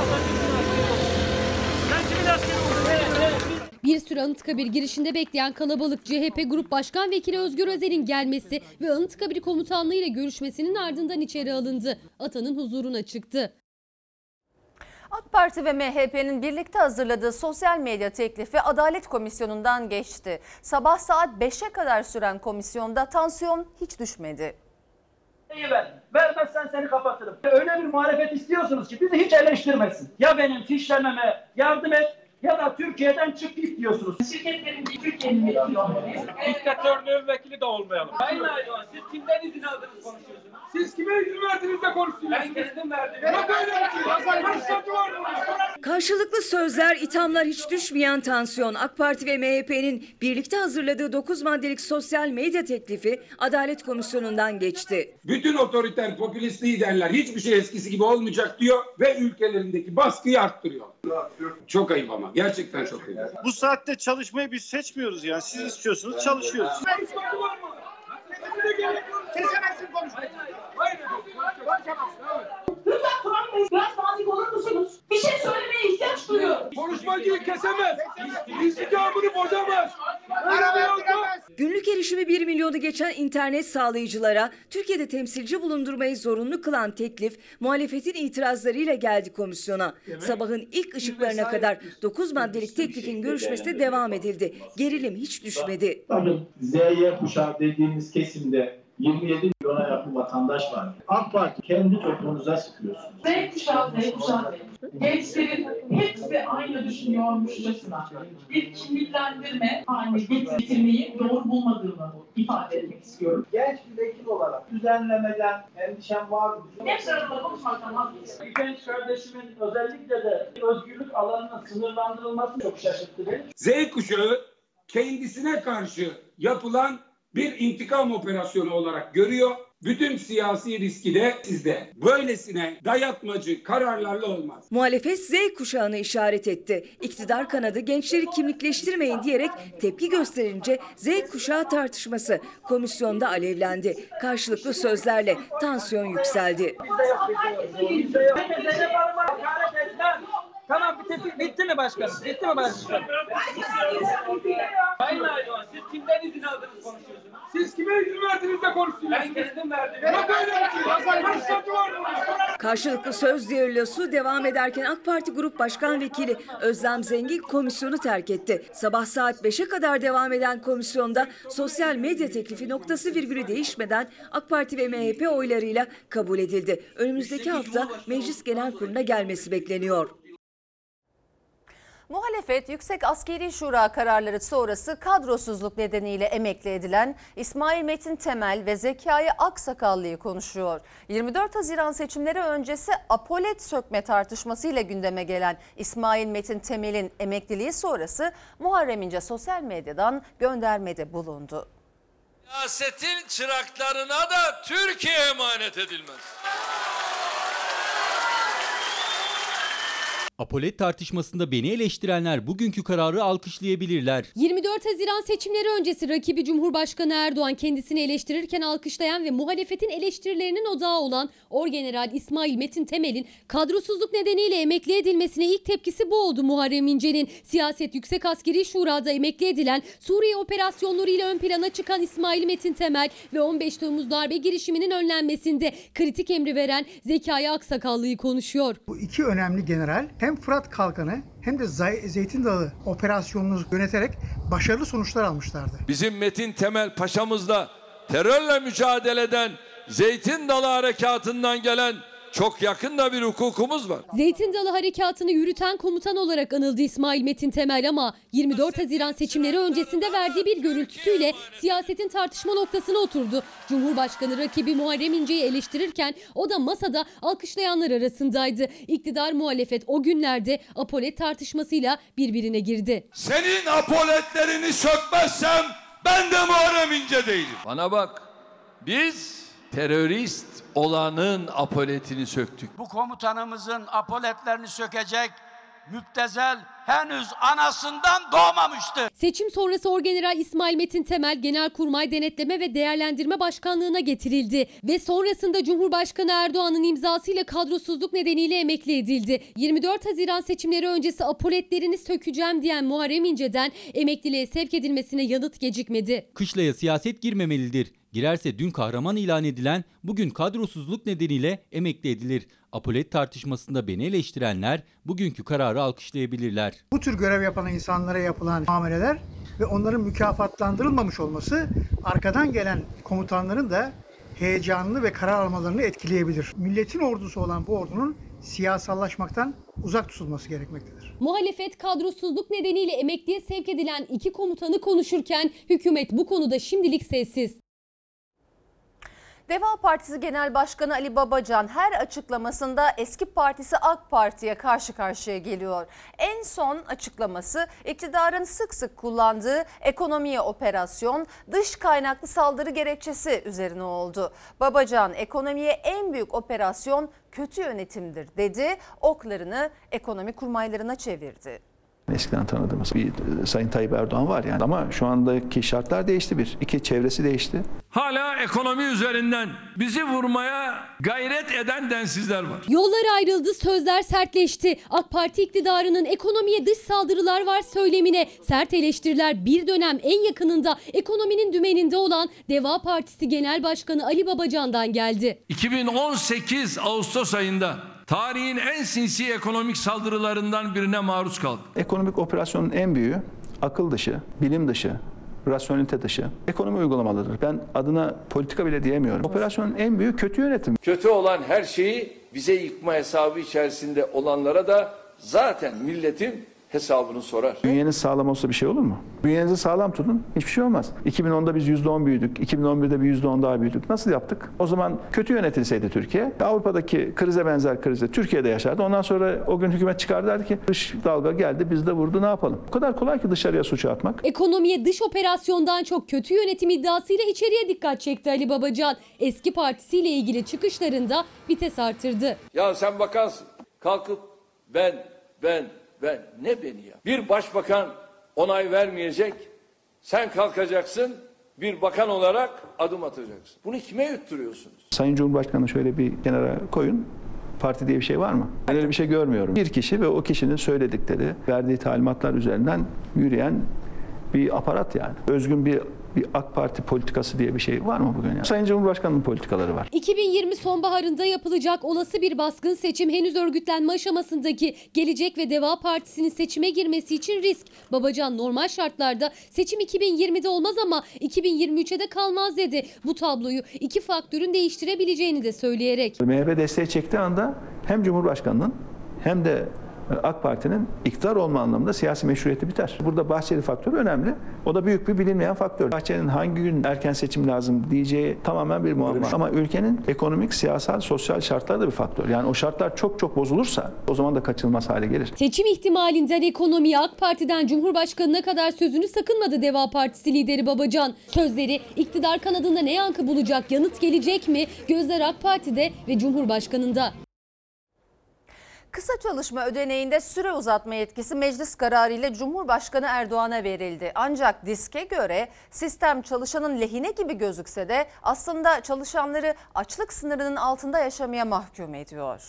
S16: Bir süre Anıtkabir girişinde bekleyen kalabalık CHP Grup Başkan Vekili Özgür Özel'in gelmesi ve Anıtkabir Komutanlığı ile görüşmesinin ardından içeri alındı. Atanın huzuruna çıktı.
S1: AK Parti ve MHP'nin birlikte hazırladığı sosyal medya teklifi Adalet Komisyonu'ndan geçti. Sabah saat 5'e kadar süren komisyonda tansiyon hiç düşmedi.
S23: Vermezsen seni kapatırım. Öyle bir muhalefet istiyorsunuz ki bizi hiç eleştirmesin. Ya benim fişlememe yardım et ya da Türkiye'den çık git diyorsunuz. Şirketlerin Türkiye'nin vekili olmalıyız. Diktatörlüğün vekili de olmayalım. Sayın Aydoğan, siz kimden izin aldınız konuşuyorsunuz? Siz kime izin verdiniz de konuşuyorsunuz? Ben kendim verdim. Yok öyle bir şey.
S24: Karşılıklı sözler, ithamlar hiç düşmeyen tansiyon. AK Parti ve MHP'nin birlikte hazırladığı 9 maddelik sosyal medya teklifi Adalet Komisyonu'ndan geçti.
S21: Bütün otoriter popülist liderler hiçbir şey eskisi gibi olmayacak diyor ve ülkelerindeki baskıyı arttırıyor. Çok ayıp ama. Gerçekten çok ayıp.
S23: Bu saatte çalışmayı biz seçmiyoruz yani. Siz istiyorsunuz, çalışıyoruz. Kesemezsin konuşmayı.
S25: Lütfen Turan Bey biraz nazik olur musunuz? Bir şey söylemeye ihtiyaç duyuyor.
S23: Konuşmacıyı kesemez. İstikamını bozamaz.
S24: Günlük erişimi 1 milyonu geçen internet sağlayıcılara Türkiye'de temsilci bulundurmayı zorunlu kılan teklif muhalefetin itirazlarıyla geldi komisyona. Sabahın ilk ışıklarına kadar 9 maddelik teklifin görüşmesi de devam edildi. Gerilim hiç düşmedi.
S23: Bakın Z-Y kuşağı dediğimiz kesimde 27 milyona yakın vatandaş var. AK Parti kendi topunuza sıkıyorsunuz.
S25: Z kuşağı. Gençlerin hepsi aynı düşünüyormuşçasına bir kimliklendirme haline getirmeyi doğru bulmadığımı ifade etmek istiyorum.
S23: Genç bir vekil olarak düzenlemeden endişem var mı?
S25: Hepsi arasında konuşmaktan vazgeçtim.
S23: Bir genç kardeşimin özellikle de özgürlük alanının sınırlandırılması çok şaşırttı beni.
S21: Z kuşağı kendisine karşı yapılan bir intikam operasyonu olarak görüyor. Bütün siyasi riski de sizde. Böylesine dayatmacı kararlarla olmaz.
S24: Muhalefet Z kuşağını işaret etti. İktidar kanadı gençleri kimlikleştirmeyin diyerek tepki gösterince Z kuşağı tartışması komisyonda alevlendi. Karşılıklı sözlerle tansiyon yükseldi.
S23: Tamam bitti mi başkanım? Bitti mi başkanım? Sayın Aydoğan, siz kimden izin aldınız konuşuyorsunuz? Siz kime izin verdiniz de konuşuyorsunuz? Ben kendim verdim. Yok öyle bir şey.
S24: Karşılıklı söz diyaloğu devam ederken AK Parti Grup Başkan Vekili Özlem Zengin komisyonu terk etti. Sabah saat 5'e kadar devam eden komisyonda sosyal medya teklifi noktası virgülü değişmeden AK Parti ve MHP oylarıyla kabul edildi. Önümüzdeki hafta Meclis Genel Kurulu'na gelmesi bekleniyor.
S1: Muhalefet Yüksek Askeri Şura kararları sonrası kadrosuzluk nedeniyle emekli edilen İsmail Metin Temel ve Zekai Aksakallı'yı konuşuyor. 24 Haziran seçimleri öncesi apolet sökme tartışmasıyla gündeme gelen İsmail Metin Temel'in emekliliği sonrası Muharrem İnce sosyal medyadan göndermede bulundu.
S3: Siyasetin çıraklarına da Türkiye emanet edilmez.
S2: Apolet tartışmasında beni eleştirenler bugünkü kararı alkışlayabilirler.
S16: 24 Haziran seçimleri öncesi rakibi Cumhurbaşkanı Erdoğan kendisini eleştirirken alkışlayan ve muhalefetin eleştirilerinin odağı olan Orgeneral İsmail Metin Temel'in kadrosuzluk nedeniyle emekli edilmesine ilk tepkisi bu oldu Muharrem İnce'nin. Siyaset Yüksek Askeri Şura'da emekli edilen Suriye operasyonlarıyla ön plana çıkan İsmail Metin Temel ve 15 Temmuz darbe girişiminin önlenmesinde kritik emri veren Zekai Aksakallı'yı konuşuyor.
S4: Bu iki önemli general hem Fırat Kalkanı hem de Zeytin Dalı operasyonunu yöneterek başarılı sonuçlar almışlardı.
S3: Bizim Metin Temel Paşa'mızla terörle mücadeleden Zeytin Dalı Harekatı'ndan gelen çok yakın da bir hukukumuz var.
S16: Zeytin Dalı Harekatı'nı yürüten komutan olarak anıldı İsmail Metin Temel ama 24 Haziran seçimleri öncesinde verdiği bir görüntüsüyle siyasetin tartışma noktasına oturdu. Cumhurbaşkanı rakibi Muharrem İnce'yi eleştirirken o da masada alkışlayanlar arasındaydı. İktidar muhalefet o günlerde apolet tartışmasıyla birbirine girdi.
S3: Senin apoletlerini sökmezsem ben de Muharrem İnce değilim. Bana bak, biz terörist olanın apoletini söktük.
S5: Bu komutanımızın apoletlerini sökecek müptezel henüz anasından doğmamıştı.
S16: Seçim sonrası Orgeneral İsmail Metin Temel Genelkurmay Denetleme ve Değerlendirme Başkanlığı'na getirildi ve sonrasında Cumhurbaşkanı Erdoğan'ın imzasıyla kadrosuzluk nedeniyle emekli edildi. 24 Haziran seçimleri öncesi apoletlerini sökeceğim diyen Muharrem İnce'den emekliliğe sevk edilmesine yanıt gecikmedi.
S2: Kışlaya siyaset girmemelidir. Girerse dün kahraman ilan edilen bugün kadrosuzluk nedeniyle emekli edilir. Apolet tartışmasında beni eleştirenler bugünkü kararı alkışlayabilirler.
S4: Bu tür görev yapan insanlara yapılan muameleler ve onların mükafatlandırılmamış olması arkadan gelen komutanların da heyecanını ve karar almalarını etkileyebilir. Milletin ordusu olan bu ordunun siyasallaşmaktan uzak tutulması gerekmektedir.
S16: Muhalefet kadrosuzluk nedeniyle emekliye sevk edilen iki komutanı konuşurken hükümet bu konuda şimdilik sessiz.
S1: Deva Partisi Genel Başkanı Ali Babacan her açıklamasında eski partisi AK Parti'ye karşı karşıya geliyor. En son açıklaması iktidarın sık sık kullandığı ekonomiye operasyon, dış kaynaklı saldırı gerekçesi üzerine oldu. Babacan ekonomiye en büyük operasyon kötü yönetimdir dedi, oklarını ekonomi kurmaylarına çevirdi.
S13: Eskiden tanıdığımız bir Sayın Tayyip Erdoğan var yani. Ama şu andaki şartlar değişti bir. İki, çevresi değişti.
S3: Hala ekonomi üzerinden bizi vurmaya gayret eden densizler var.
S16: Yollar ayrıldı, sözler sertleşti. AK Parti iktidarının ekonomiye dış saldırılar var söylemine sert eleştiriler bir dönem en yakınında ekonominin dümeninde olan Deva Partisi Genel Başkanı Ali Babacan'dan geldi.
S3: 2018 Ağustos ayında tarihin en sinsi ekonomik saldırılarından birine maruz kaldı.
S13: Ekonomik operasyonun en büyüğü akıl dışı, bilim dışı, rasyonelite dışı ekonomi uygulamalarıdır. Ben adına politika bile diyemiyorum. Operasyonun en büyüğü kötü yönetim.
S3: Kötü olan her şeyi bize yıkma hesabı içerisinde olanlara da zaten milletin hesabını sorar.
S13: Bünyeniz sağlam olsa bir şey olur mu? Bünyenizi sağlam tutun, hiçbir şey olmaz. 2010'da biz %10 büyüdük, 2011'de bir %10 daha büyüdük. Nasıl yaptık? O zaman kötü yönetilseydi Türkiye, Avrupa'daki krize benzer krizi Türkiye'de yaşardı. Ondan sonra o gün hükümet çıkardı derdi ki dış dalga geldi, biz de vurdu, ne yapalım? O kadar kolay ki dışarıya suçu atmak.
S16: Ekonomiye dış operasyondan çok kötü yönetim iddiasıyla içeriye dikkat çekti Ali Babacan. Eski partisiyle ilgili çıkışlarında vites artırdı.
S3: Ya sen bakansın, kalkıp ben ne beni ya? Bir başbakan onay vermeyecek, sen kalkacaksın, bir bakan olarak adım atacaksın. Bunu kime yutturuyorsunuz?
S13: Sayın Cumhurbaşkanı şöyle bir kenara koyun. Parti diye bir şey var mı? Ben öyle bir şey görmüyorum. Bir kişi ve o kişinin söyledikleri, verdiği talimatlar üzerinden yürüyen bir aparat yani. Özgün bir AK Parti politikası diye bir şey var mı bugün? Yani? Sayın Cumhurbaşkanı'nın politikaları var.
S16: 2020 sonbaharında yapılacak olası bir baskın seçim henüz örgütlenme aşamasındaki Gelecek ve Deva Partisi'nin seçime girmesi için risk. Babacan normal şartlarda seçim 2020'de olmaz ama 2023'e de kalmaz dedi. Bu tabloyu iki faktörün değiştirebileceğini de söyleyerek.
S13: MHP desteği çektiği anda hem Cumhurbaşkanı'nın hem de AK Parti'nin iktidar olma anlamında siyasi meşruiyeti biter. Burada Bahçeli faktörü önemli. O da büyük bir bilinmeyen faktör. Bahçeli'nin hangi gün erken seçim lazım diyeceği tamamen bir muamma. Ama ülkenin ekonomik, siyasal, sosyal şartları da bir faktör. Yani o şartlar çok bozulursa o zaman da kaçınılmaz hale gelir.
S16: Seçim ihtimalinden ekonomiye AK Parti'den Cumhurbaşkanı'na kadar sözünü sakınmadı Deva Partisi lideri Babacan. Sözleri iktidar kanadında ne yankı bulacak, yanıt gelecek mi? Gözler AK Parti'de ve Cumhurbaşkanı'nda.
S1: Kısa çalışma ödeneğinde süre uzatma yetkisi meclis kararıyla Cumhurbaşkanı Erdoğan'a verildi. Ancak DİSK'e göre sistem çalışanın lehine gibi gözükse de aslında çalışanları açlık sınırının altında yaşamaya mahkum ediyor.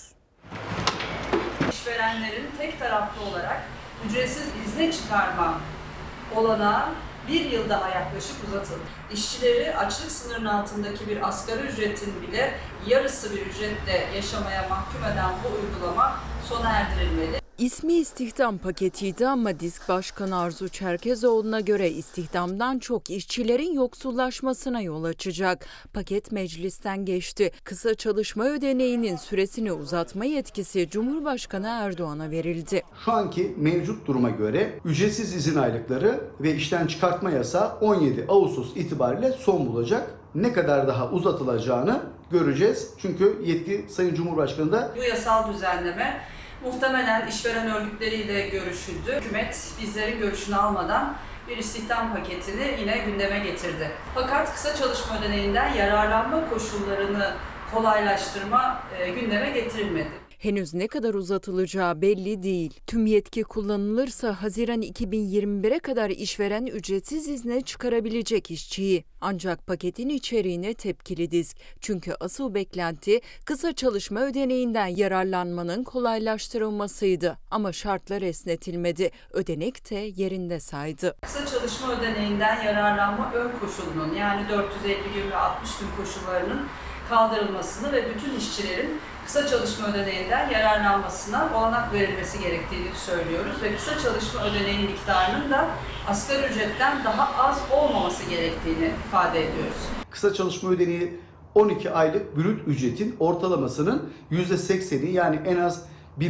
S10: İşverenlerin tek taraflı olarak ücretsiz izne çıkarma olanağı bir yıl daha yaklaşık uzatıldı. İşçileri açlık sınırının altındaki bir asgari ücretin bile yarısı bir ücretle yaşamaya mahkum eden bu uygulama sona erdirilmeli.
S11: İsmi istihdam paketiydi ama DİSK Başkanı Arzu Çerkezoğlu'na göre istihdamdan çok işçilerin yoksullaşmasına yol açacak. Paket meclisten geçti. Kısa çalışma ödeneğinin süresini uzatma yetkisi Cumhurbaşkanı Erdoğan'a verildi.
S14: Şu anki mevcut duruma göre ücretsiz izin aylıkları ve işten çıkartma yasağı 17 Ağustos itibariyle son bulacak. Ne kadar daha uzatılacağını göreceğiz. Çünkü yetki Sayın Cumhurbaşkanı'nda.
S10: Bu yasal düzenleme muhtemelen işveren örgütleriyle görüşüldü. Hükümet bizlerin görüşünü almadan bir istihdam paketini yine gündeme getirdi. Fakat kısa çalışma ödeneğinden yararlanma koşullarını kolaylaştırma gündeme getirilmedi.
S11: Henüz ne kadar uzatılacağı belli değil. Tüm yetki kullanılırsa Haziran 2021'e kadar işveren ücretsiz izne çıkarabilecek işçiyi. Ancak paketin içeriğine tepkili DİSK. Çünkü asıl beklenti kısa çalışma ödeneğinden yararlanmanın kolaylaştırılmasıydı. Ama şartlar esnetilmedi. Ödenek de yerinde saydı.
S10: Kısa çalışma ödeneğinden yararlanma ön koşulunun yani 450 gün ve 60 gün koşullarının kaldırılmasını ve bütün işçilerin kısa çalışma ödeneğinden yararlanmasına olanak verilmesi gerektiğini söylüyoruz ve kısa çalışma ödeneği miktarının da asgari ücretten daha az olmaması gerektiğini ifade ediyoruz.
S14: Kısa çalışma ödeneği 12 aylık brüt ücretin ortalamasının %80'i yani en az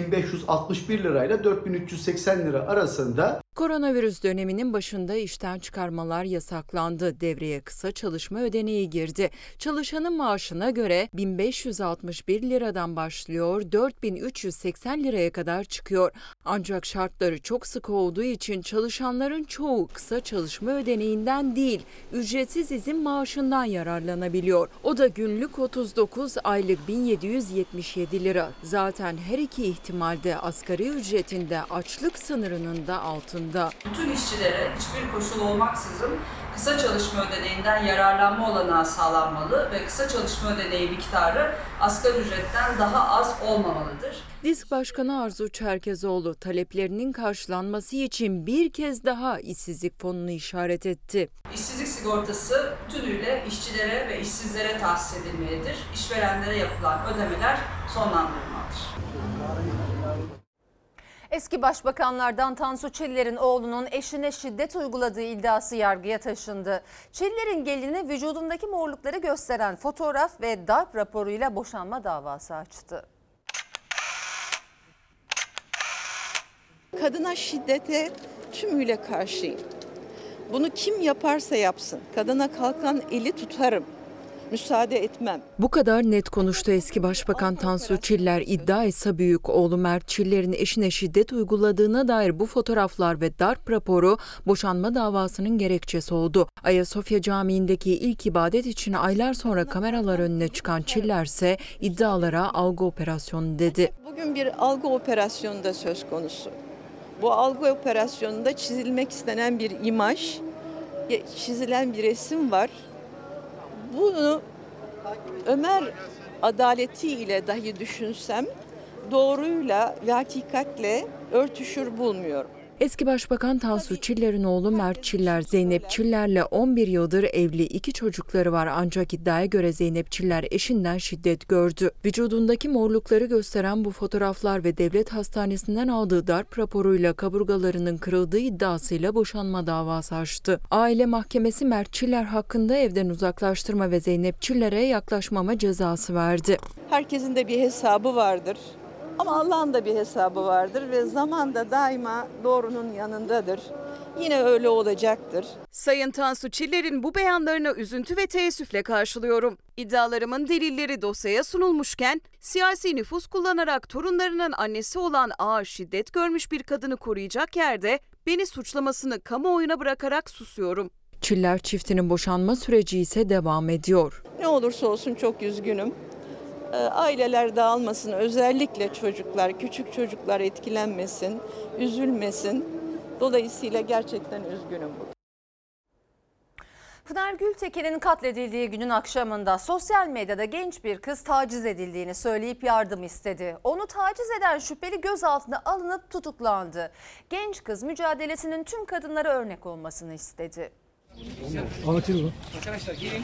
S14: 1561 lirayla 4380 lira arasında.
S11: Koronavirüs döneminin başında işten çıkarmalar yasaklandı. Devreye kısa çalışma ödeneği girdi. Çalışanın maaşına göre 1561 liradan başlıyor, 4380 liraya kadar çıkıyor. Ancak şartları çok sıkı olduğu için çalışanların çoğu kısa çalışma ödeneğinden değil, ücretsiz izin maaşından yararlanabiliyor. O da günlük 39, aylık 1777 lira. Zaten her iki ihtimalde asgari ücretinde açlık sınırının da altında.
S10: Bütün işçilere hiçbir koşul olmaksızın kısa çalışma ödeneğinden yararlanma olanağı sağlanmalı ve kısa çalışma ödeneği miktarı asgari ücretten daha az olmamalıdır.
S11: DİSK Başkanı Arzu Çerkezoğlu taleplerinin karşılanması için bir kez daha işsizlik fonunu işaret etti.
S10: İşsizlik sigortası bütünüyle işçilere ve işsizlere tahsis edilmelidir. İşverenlere yapılan ödemeler sonlandırılmalıdır.
S1: Eski başbakanlardan Tansu Çiller'in oğlunun eşine şiddet uyguladığı iddiası yargıya taşındı. Çiller'in gelini vücudundaki morlukları gösteren fotoğraf ve darp raporuyla boşanma davası açtı.
S15: Kadına şiddete tümüyle karşıyım. Bunu kim yaparsa yapsın, kadına kalkan eli tutarım. Müsaade etmem.
S11: Bu kadar net konuştu eski başbakan Tansu Çiller. İddia ise büyük. Oğlu Mert Çiller'in eşine şiddet uyguladığına dair bu fotoğraflar ve darp raporu boşanma davasının gerekçesi oldu. Ayasofya Camii'ndeki ilk ibadet için aylar sonra kameralar önüne çıkan Çiller ise iddialara algı operasyonu dedi.
S15: Bugün bir algı operasyonu da söz konusu. Bu algı operasyonunda çizilmek istenen bir imaj, çizilen bir resim var. Bunu Ömer adaletiyle dahi düşünsem doğruyla ve hakikatle örtüşür bulmuyorum.
S11: Eski Başbakan Tansu Çiller'in oğlu Mert Çiller, Zeynep Çiller'le 11 yıldır evli, 2 çocukları var. Ancak iddiaya göre Zeynep Çiller eşinden şiddet gördü. Vücudundaki morlukları gösteren bu fotoğraflar ve devlet hastanesinden aldığı darp raporuyla kaburgalarının kırıldığı iddiasıyla boşanma davası açtı. Aile Mahkemesi Mert Çiller hakkında evden uzaklaştırma ve Zeynep Çiller'e yaklaşmama cezası verdi.
S15: Herkesin de bir hesabı vardır. Ama Allah'ın da bir hesabı vardır ve zaman da daima doğrunun yanındadır. Yine öyle olacaktır.
S18: Sayın Tansu Çiller'in bu beyanlarını üzüntü ve teessüfle karşılıyorum. İddialarımın delilleri dosyaya sunulmuşken siyasi nüfuz kullanarak torunlarının annesi olan ağır şiddet görmüş bir kadını koruyacak yerde beni suçlamasını kamuoyuna bırakarak susuyorum.
S11: Çiller çiftinin boşanma süreci ise devam ediyor.
S15: Ne olursa olsun çok üzgünüm. Aileler dağılmasın, özellikle çocuklar, küçük çocuklar etkilenmesin, üzülmesin. Dolayısıyla gerçekten üzgünüm bu.
S1: Pınar Gültekin'in katledildiği günün akşamında sosyal medyada genç bir kız taciz edildiğini söyleyip yardım istedi. Onu taciz eden şüpheli gözaltına alınıp tutuklandı. Genç kız mücadelesinin tüm kadınlara örnek olmasını istedi.
S6: Anlatayım mı?
S23: Arkadaşlar gelin.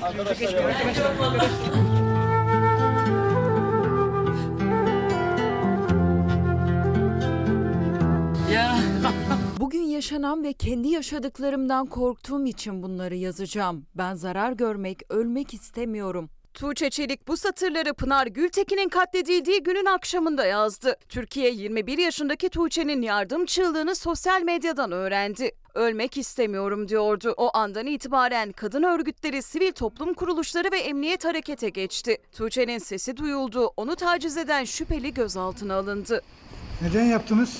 S11: Bugün yaşanan ve kendi yaşadıklarımdan korktuğum için bunları yazacağım. Ben zarar görmek, ölmek istemiyorum.
S18: Tuğçe Çelik bu satırları Pınar Gültekin'in katledildiği günün akşamında yazdı. Türkiye 21 yaşındaki Tuğçe'nin yardım çığlığını sosyal medyadan öğrendi. Ölmek istemiyorum diyordu. O andan itibaren kadın örgütleri, sivil toplum kuruluşları ve emniyet harekete geçti. Tuğçe'nin sesi duyuldu. Onu taciz eden şüpheli gözaltına alındı.
S4: Neden yaptınız?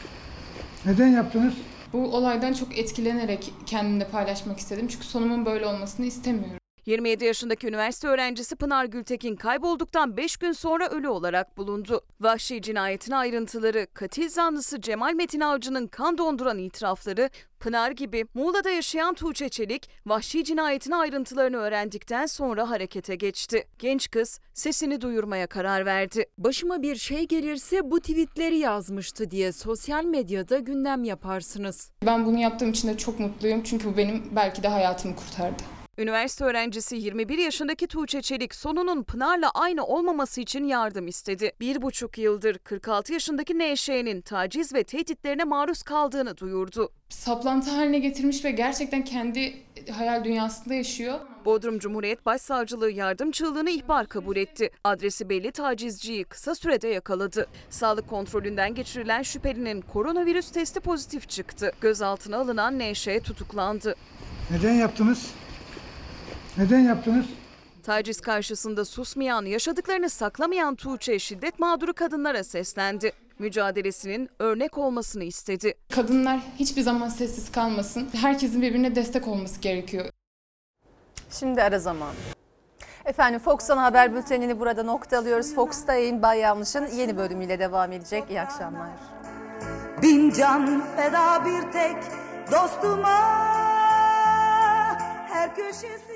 S4: Neden yaptınız?
S7: Bu olaydan çok etkilenerek kendimle paylaşmak istedim. Çünkü sonumun böyle olmasını istemiyorum.
S18: 27 yaşındaki üniversite öğrencisi Pınar Gültekin kaybolduktan 5 gün sonra ölü olarak bulundu. Vahşi cinayetin ayrıntıları, katil zanlısı Cemal Metin Avcı'nın kan donduran itirafları, Pınar gibi Muğla'da yaşayan Tuğçe Çelik, vahşi cinayetin ayrıntılarını öğrendikten sonra harekete geçti. Genç kız sesini duyurmaya karar verdi.
S11: Başıma bir şey gelirse bu tweetleri yazmıştı diye sosyal medyada gündem yaparsınız.
S7: Ben bunu yaptığım için de çok mutluyum. Çünkü bu benim belki de hayatımı kurtardı.
S18: Üniversite öğrencisi 21 yaşındaki Tuğçe Çelik sonunun Pınar'la aynı olmaması için yardım istedi. 1,5 yıldır 46 yaşındaki NŞ'nin taciz ve tehditlerine maruz kaldığını duyurdu.
S7: Saplantı haline getirmiş ve gerçekten kendi hayal dünyasında yaşıyor.
S18: Bodrum Cumhuriyet Başsavcılığı yardım çığlığını ihbar kabul etti. Adresi belli tacizciyi kısa sürede yakaladı. Sağlık kontrolünden geçirilen şüphelinin koronavirüs testi pozitif çıktı. Gözaltına alınan NŞ tutuklandı.
S4: Neden yaptınız? Neden yaptınız?
S18: Taciz karşısında susmayan, yaşadıklarını saklamayan Tuğçe şiddet mağduru kadınlara seslendi. Mücadelesinin örnek olmasını istedi.
S7: Kadınlar hiçbir zaman sessiz kalmasın. Herkesin birbirine destek olması gerekiyor.
S1: Şimdi ara zamanı. Efendim Fox Ana Haber Bülteni'ni burada noktalıyoruz. Fox'ta yayın Bay Yanlış'ın yeni bölümüyle devam edecek. İyi akşamlar.
S12: Bin can feda bir tek dostuma, her köşesi